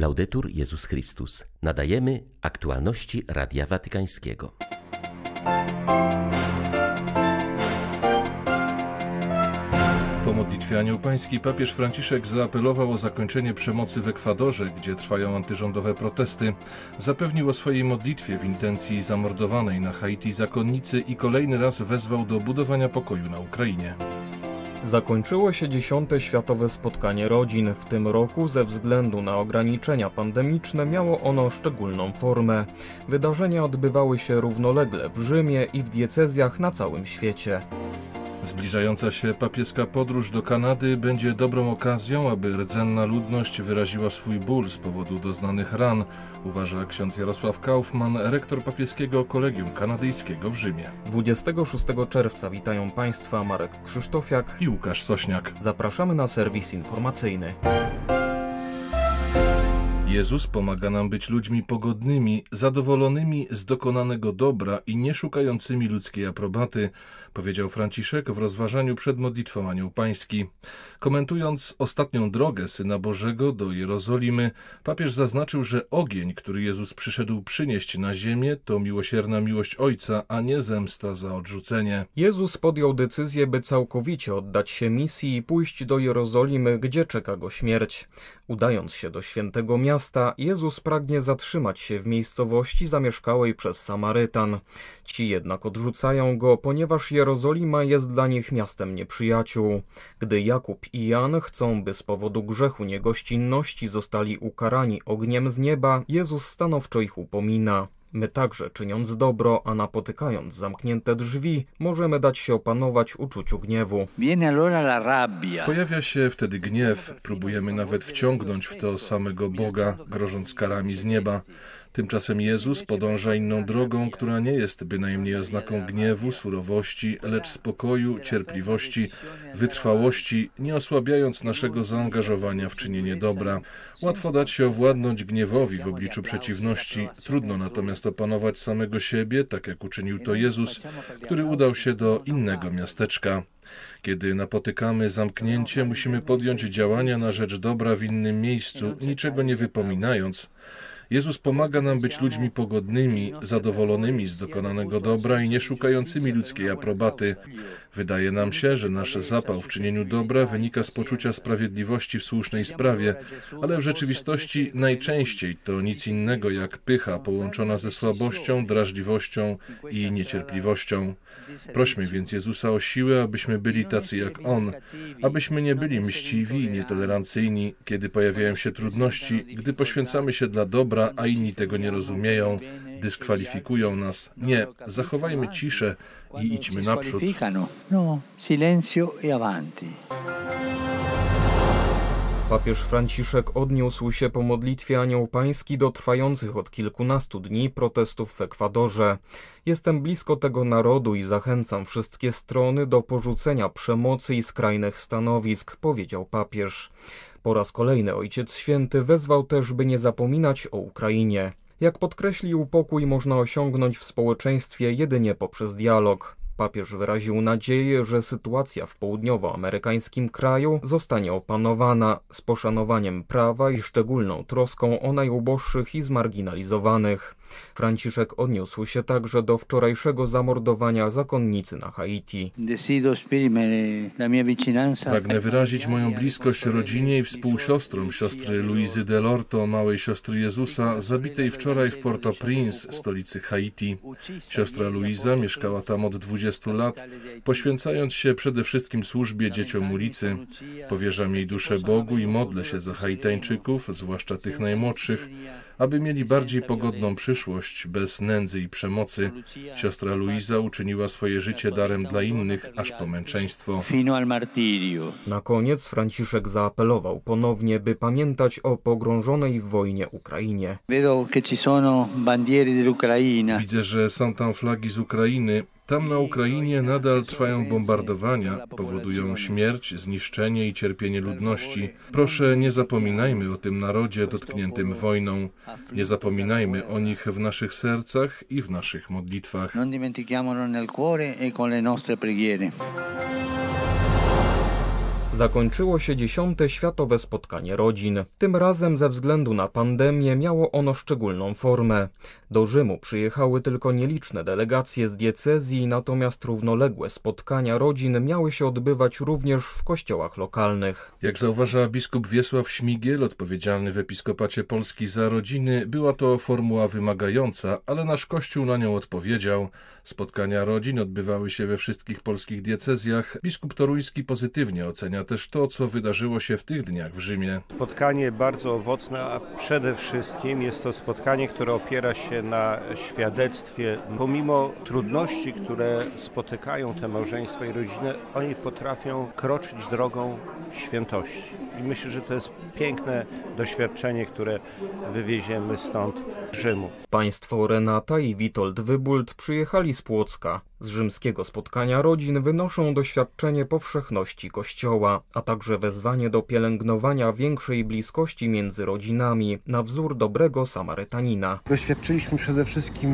Laudetur Jezus Chrystus. Nadajemy aktualności Radia Watykańskiego. Po modlitwie Anioł Pański papież Franciszek zaapelował o zakończenie przemocy w Ekwadorze, gdzie trwają antyrządowe protesty. Zapewnił o swojej modlitwie w intencji zamordowanej na Haiti zakonnicy i kolejny raz wezwał do budowania pokoju na Ukrainie. Zakończyło się 10. Światowe Spotkanie Rodzin. W tym roku ze względu na ograniczenia pandemiczne miało ono szczególną formę. Wydarzenia odbywały się równolegle w Rzymie i w diecezjach na całym świecie. Zbliżająca się papieska podróż do Kanady będzie dobrą okazją, aby rdzenna ludność wyraziła swój ból z powodu doznanych ran, uważa ksiądz Jarosław Kaufmann, rektor papieskiego kolegium kanadyjskiego w Rzymie. 26 czerwca witają Państwa Marek Krzysztofiak i Łukasz Sośniak. Zapraszamy na serwis informacyjny. Jezus pomaga nam być ludźmi pogodnymi, zadowolonymi z dokonanego dobra i nie szukającymi ludzkiej aprobaty, powiedział Franciszek w rozważaniu przed modlitwą Anioł Pański. Komentując ostatnią drogę Syna Bożego do Jerozolimy, papież zaznaczył, że ogień, który Jezus przyszedł przynieść na ziemię, to miłosierna miłość Ojca, a nie zemsta za odrzucenie. Jezus podjął decyzję, by całkowicie oddać się misji i pójść do Jerozolimy, gdzie czeka go śmierć. Udając się do świętego miasta, Jezus pragnie zatrzymać się w miejscowości zamieszkałej przez Samarytan. Ci jednak odrzucają go, ponieważ Jerozolima jest dla nich miastem nieprzyjaciół. Gdy Jakub i Jan chcą, by z powodu grzechu niegościnności zostali ukarani ogniem z nieba, Jezus stanowczo ich upomina. My także, czyniąc dobro, a napotykając zamknięte drzwi, możemy dać się opanować uczuciu gniewu. Pojawia się wtedy gniew, próbujemy nawet wciągnąć w to samego Boga, grożąc karami z nieba. Tymczasem Jezus podąża inną drogą, która nie jest bynajmniej oznaką gniewu, surowości, lecz spokoju, cierpliwości, wytrwałości, nie osłabiając naszego zaangażowania w czynienie dobra. Łatwo dać się owładnąć gniewowi w obliczu przeciwności, trudno natomiast opanować samego siebie, tak jak uczynił to Jezus, który udał się do innego miasteczka. Kiedy napotykamy zamknięcie, musimy podjąć działania na rzecz dobra w innym miejscu, niczego nie wypominając. Jezus pomaga nam być ludźmi pogodnymi, zadowolonymi z dokonanego dobra i nie szukającymi ludzkiej aprobaty. Wydaje nam się, że nasz zapał w czynieniu dobra wynika z poczucia sprawiedliwości w słusznej sprawie, ale w rzeczywistości najczęściej to nic innego jak pycha połączona ze słabością, drażliwością i niecierpliwością. Prośmy więc Jezusa o siłę, abyśmy byli tacy jak On, abyśmy nie byli mściwi i nietolerancyjni, kiedy pojawiają się trudności, gdy poświęcamy się dla dobra, a inni tego nie rozumieją, dyskwalifikują nas. Nie, zachowajmy ciszę i idźmy naprzód. Papież Franciszek odniósł się po modlitwie Anioł Pański do trwających od kilkunastu dni protestów w Ekwadorze. Jestem blisko tego narodu i zachęcam wszystkie strony do porzucenia przemocy i skrajnych stanowisk, powiedział papież. Po raz kolejny Ojciec Święty wezwał też, by nie zapominać o Ukrainie. Jak podkreślił, pokój można osiągnąć w społeczeństwie jedynie poprzez dialog. Papież wyraził nadzieję, że sytuacja w południowoamerykańskim kraju zostanie opanowana z poszanowaniem prawa i szczególną troską o najuboższych i zmarginalizowanych. Franciszek odniósł się także do wczorajszego zamordowania zakonnicy na Haiti. Pragnę wyrazić moją bliskość rodzinie i współsiostrom siostry Luizy Delorto, małej siostry Jezusa, zabitej wczoraj w Port-au-Prince, stolicy Haiti. Siostra Luiza mieszkała tam od 20 lat, poświęcając się przede wszystkim służbie dzieciom ulicy. Powierzam jej duszę Bogu i modlę się za Haitańczyków, zwłaszcza tych najmłodszych, aby mieli bardziej pogodną przyszłość, bez nędzy i przemocy. Siostra Luiza uczyniła swoje życie darem dla innych, aż po męczeństwo. Na koniec Franciszek zaapelował ponownie, by pamiętać o pogrążonej w wojnie Ukrainie. Widzę, że są tam flagi z Ukrainy. Tam na Ukrainie nadal trwają bombardowania, powodują śmierć, zniszczenie i cierpienie ludności. Proszę, nie zapominajmy o tym narodzie dotkniętym wojną. Nie zapominajmy o nich w naszych sercach i w naszych modlitwach. Non dimentichiamolo nel cuore e con le nostre preghiere. Zakończyło się 10. Światowe Spotkanie Rodzin. Tym razem ze względu na pandemię miało ono szczególną formę. Do Rzymu przyjechały tylko nieliczne delegacje z diecezji, natomiast równoległe spotkania rodzin miały się odbywać również w kościołach lokalnych. Jak zauważa biskup Wiesław Śmigiel, odpowiedzialny w Episkopacie Polski za rodziny, była to formuła wymagająca, ale nasz Kościół na nią odpowiedział. Spotkania rodzin odbywały się we wszystkich polskich diecezjach. Biskup toruński pozytywnie ocenia też to, co wydarzyło się w tych dniach w Rzymie. Spotkanie bardzo owocne, a przede wszystkim jest to spotkanie, które opiera się na świadectwie. Pomimo trudności, które spotykają te małżeństwa i rodziny, oni potrafią kroczyć drogą świętości. I myślę, że to jest piękne doświadczenie, które wywieziemy stąd z Rzymu. Państwo Renata i Witold Wybult przyjechali z Płocka. Z rzymskiego spotkania rodzin wynoszą doświadczenie powszechności Kościoła, a także wezwanie do pielęgnowania większej bliskości między rodzinami na wzór dobrego Samarytanina. Doświadczyliśmy przede wszystkim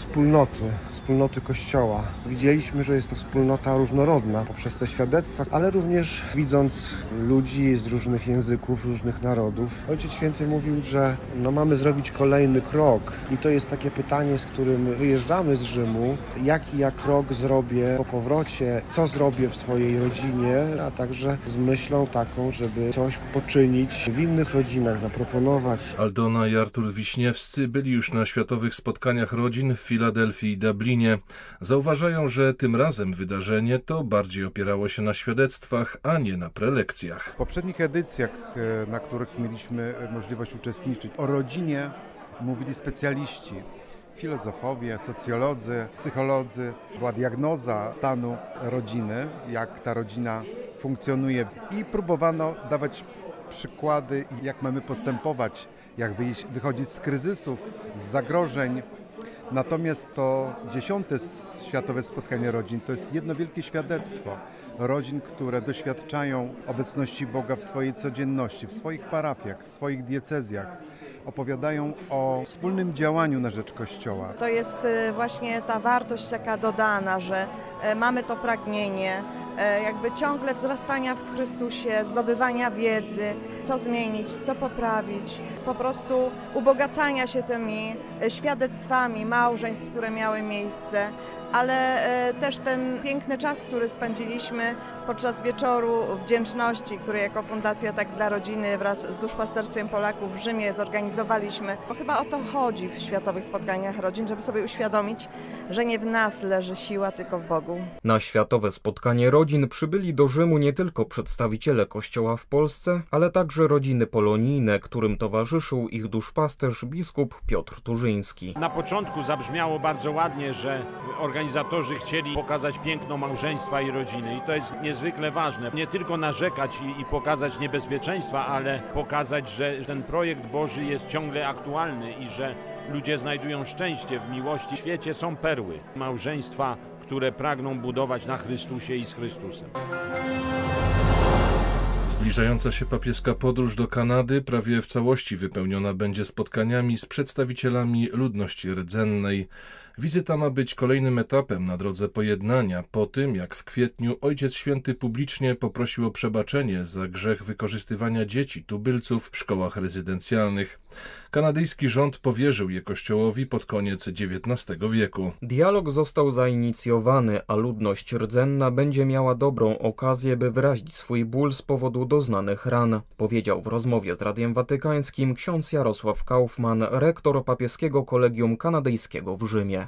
wspólnoty Kościoła. Widzieliśmy, że jest to wspólnota różnorodna poprzez te świadectwa, ale również widząc ludzi z różnych języków, różnych narodów. Ojciec Święty mówił, że mamy zrobić kolejny krok i to jest takie pytanie, z którym wyjeżdżamy z Rzymu, jaki ja krok zrobię po powrocie, co zrobię w swojej rodzinie, a także z myślą taką, żeby coś poczynić w innych rodzinach, zaproponować. Aldona i Artur Wiśniewscy byli już na światowych spotkaniach rodzin w Filadelfii i Dublinie. Zauważają, że tym razem wydarzenie to bardziej opierało się na świadectwach, a nie na prelekcjach. W poprzednich edycjach, na których mieliśmy możliwość uczestniczyć, o rodzinie mówili specjaliści. Filozofowie, socjolodzy, psycholodzy. Była diagnoza stanu rodziny, jak ta rodzina funkcjonuje i próbowano dawać przykłady, jak mamy postępować, jak wychodzić z kryzysów, z zagrożeń. Natomiast to 10. Światowe Spotkanie Rodzin to jest jedno wielkie świadectwo rodzin, które doświadczają obecności Boga w swojej codzienności, w swoich parafiach, w swoich diecezjach. Opowiadają o wspólnym działaniu na rzecz Kościoła. To jest właśnie ta wartość taka dodana, że mamy to pragnienie jakby ciągle wzrastania w Chrystusie, zdobywania wiedzy, co zmienić, co poprawić, po prostu ubogacania się tymi świadectwami małżeństw, które miały miejsce, ale też ten piękny czas, który spędziliśmy podczas wieczoru wdzięczności, który jako Fundacja Tak dla Rodziny wraz z Duszpasterstwem Polaków w Rzymie zorganizowaliśmy. Bo chyba o to chodzi w Światowych Spotkaniach Rodzin, żeby sobie uświadomić, że nie w nas leży siła, tylko w Bogu. Na Światowe Spotkanie Rodzin przybyli do Rzymu nie tylko przedstawiciele Kościoła w Polsce, ale także rodziny polonijne, którym towarzyszył ich duszpasterz biskup Piotr Turzyński. Na początku zabrzmiało bardzo ładnie, że organizatorzy chcieli pokazać piękno małżeństwa i rodziny i to jest niezwykle ważne. Nie tylko narzekać i pokazać niebezpieczeństwa, ale pokazać, że ten projekt Boży jest ciągle aktualny i że ludzie znajdują szczęście w miłości. W świecie są perły, małżeństwa, które pragną budować na Chrystusie i z Chrystusem. Zbliżająca się papieska podróż do Kanady prawie w całości wypełniona będzie spotkaniami z przedstawicielami ludności rdzennej. Wizyta ma być kolejnym etapem na drodze pojednania po tym, jak w kwietniu Ojciec Święty publicznie poprosił o przebaczenie za grzech wykorzystywania dzieci tubylców w szkołach rezydencjalnych. Kanadyjski rząd powierzył je Kościołowi pod koniec XIX wieku. Dialog został zainicjowany, a ludność rdzenna będzie miała dobrą okazję, by wyrazić swój ból z powodu doznanych ran, powiedział w rozmowie z Radiem Watykańskim ksiądz Jarosław Kaufmann, rektor papieskiego kolegium kanadyjskiego w Rzymie.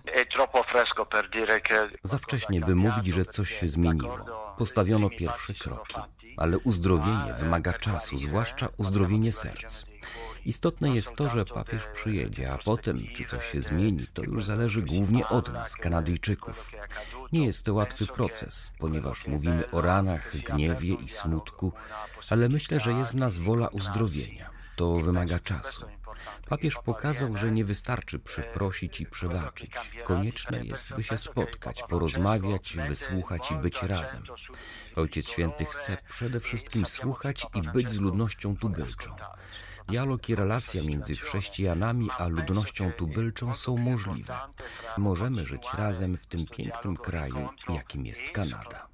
Za wcześnie, by mówić, że coś się zmieniło. Postawiono pierwsze kroki, ale uzdrowienie wymaga czasu, zwłaszcza uzdrowienie serc. Istotne jest to, że papież przyjedzie, a potem, czy coś się zmieni, to już zależy głównie od nas, Kanadyjczyków. Nie jest to łatwy proces, ponieważ mówimy o ranach, gniewie i smutku, ale myślę, że jest w nas wola uzdrowienia. To wymaga czasu. Papież pokazał, że nie wystarczy przeprosić i przebaczyć. Konieczne jest, by się spotkać, porozmawiać, wysłuchać i być razem. Ojciec Święty chce przede wszystkim słuchać i być z ludnością tubylczą. Dialog i relacja między chrześcijanami a ludnością tubylczą są możliwe. Możemy żyć razem w tym pięknym kraju, jakim jest Kanada.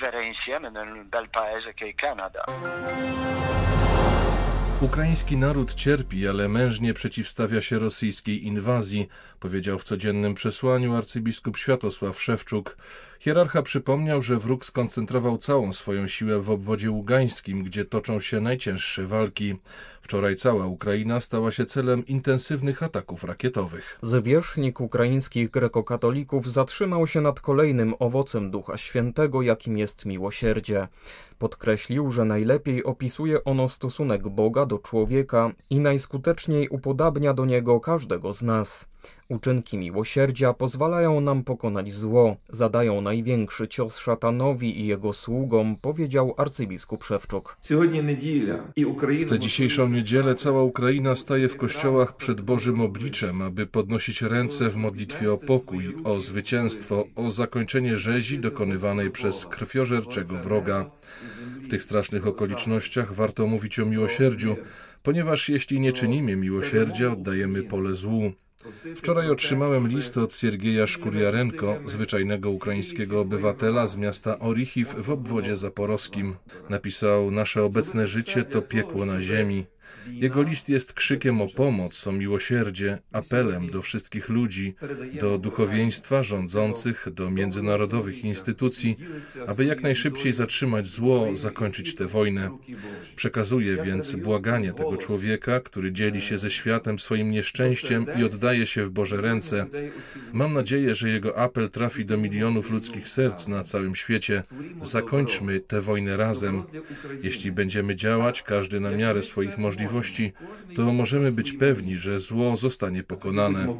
Ukraiński naród cierpi, ale mężnie przeciwstawia się rosyjskiej inwazji, powiedział w codziennym przesłaniu arcybiskup Światosław Szewczuk. Hierarcha przypomniał, że wróg skoncentrował całą swoją siłę w obwodzie ługańskim, gdzie toczą się najcięższe walki. Wczoraj cała Ukraina stała się celem intensywnych ataków rakietowych. Zwierzchnik ukraińskich grekokatolików zatrzymał się nad kolejnym owocem Ducha Świętego, jakim jest miłosierdzie. Podkreślił, że najlepiej opisuje ono stosunek Boga do człowieka i najskuteczniej upodabnia do niego każdego z nas. Uczynki miłosierdzia pozwalają nam pokonać zło, zadają największy cios szatanowi i jego sługom, powiedział arcybiskup Szewczuk. W tę dzisiejszą niedzielę cała Ukraina staje w kościołach przed Bożym obliczem, aby podnosić ręce w modlitwie o pokój, o zwycięstwo, o zakończenie rzezi dokonywanej przez krwiożerczego wroga. W tych strasznych okolicznościach warto mówić o miłosierdziu, ponieważ jeśli nie czynimy miłosierdzia, oddajemy pole złu. Wczoraj otrzymałem list od Siergieja Szkurjarenko, zwyczajnego ukraińskiego obywatela z miasta Orichiv w obwodzie zaporowskim. Napisał: nasze obecne życie to piekło na ziemi. Jego list jest krzykiem o pomoc, o miłosierdzie, apelem do wszystkich ludzi, do duchowieństwa, rządzących, do międzynarodowych instytucji, aby jak najszybciej zatrzymać zło, zakończyć tę wojnę. Przekazuje więc błaganie tego człowieka, który dzieli się ze światem swoim nieszczęściem i oddaje się w Boże ręce. Mam nadzieję, że jego apel trafi do milionów ludzkich serc na całym świecie. Zakończmy tę wojnę razem. Jeśli będziemy działać, każdy na miarę swoich możliwości, to możemy być pewni, że zło zostanie pokonane.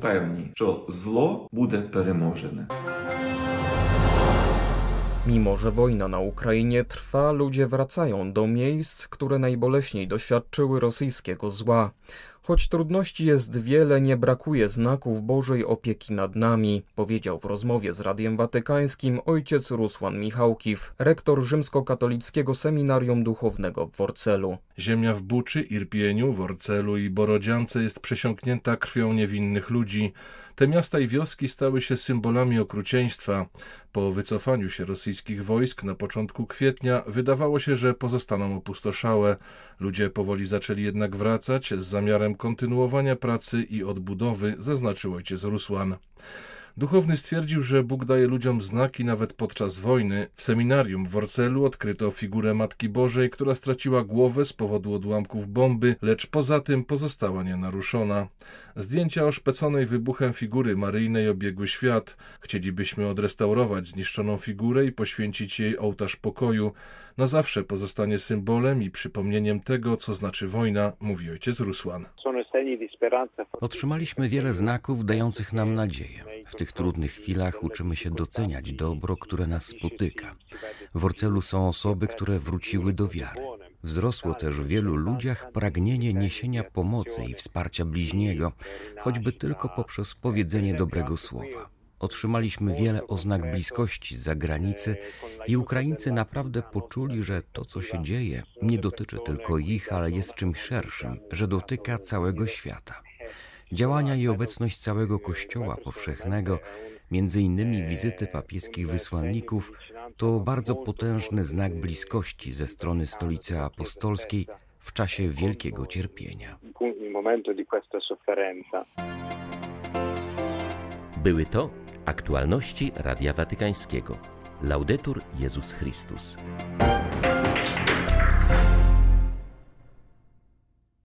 Mimo że wojna na Ukrainie trwa, ludzie wracają do miejsc, które najboleśniej doświadczyły rosyjskiego zła. Choć trudności jest wiele, nie brakuje znaków Bożej opieki nad nami, powiedział w rozmowie z Radiem Watykańskim ojciec Rusłan Michałkiw, rektor rzymskokatolickiego seminarium duchownego w Worcelu. Ziemia w Buczy, Irpieniu, Worcelu i Borodziance jest przesiąknięta krwią niewinnych ludzi. Te miasta i wioski stały się symbolami okrucieństwa. Po wycofaniu się rosyjskich wojsk na początku kwietnia wydawało się, że pozostaną opustoszałe. Ludzie powoli zaczęli jednak wracać z zamiarem kontynuowania pracy i odbudowy, zaznaczył ojciec Rusłan. Duchowny stwierdził, że Bóg daje ludziom znaki nawet podczas wojny. W seminarium w Worcelu odkryto figurę Matki Bożej, która straciła głowę z powodu odłamków bomby, lecz poza tym pozostała nienaruszona. Zdjęcia oszpeconej wybuchem figury Maryjnej obiegły świat. Chcielibyśmy odrestaurować zniszczoną figurę i poświęcić jej ołtarz pokoju. Na zawsze pozostanie symbolem i przypomnieniem tego, co znaczy wojna, mówi ojciec Rusłan. Otrzymaliśmy wiele znaków dających nam nadzieję. W tych trudnych chwilach uczymy się doceniać dobro, które nas spotyka. W Worcelu są osoby, które wróciły do wiary. Wzrosło też w wielu ludziach pragnienie niesienia pomocy i wsparcia bliźniego, choćby tylko poprzez powiedzenie dobrego słowa. Otrzymaliśmy wiele oznak bliskości z zagranicy i Ukraińcy naprawdę poczuli, że to, co się dzieje, nie dotyczy tylko ich, ale jest czymś szerszym, że dotyka całego świata. Działania i obecność całego Kościoła powszechnego, między innymi wizyty papieskich wysłanników, to bardzo potężny znak bliskości ze strony Stolicy Apostolskiej w czasie wielkiego cierpienia. Były to aktualności Radia Watykańskiego. Laudetur Jezus Chrystus.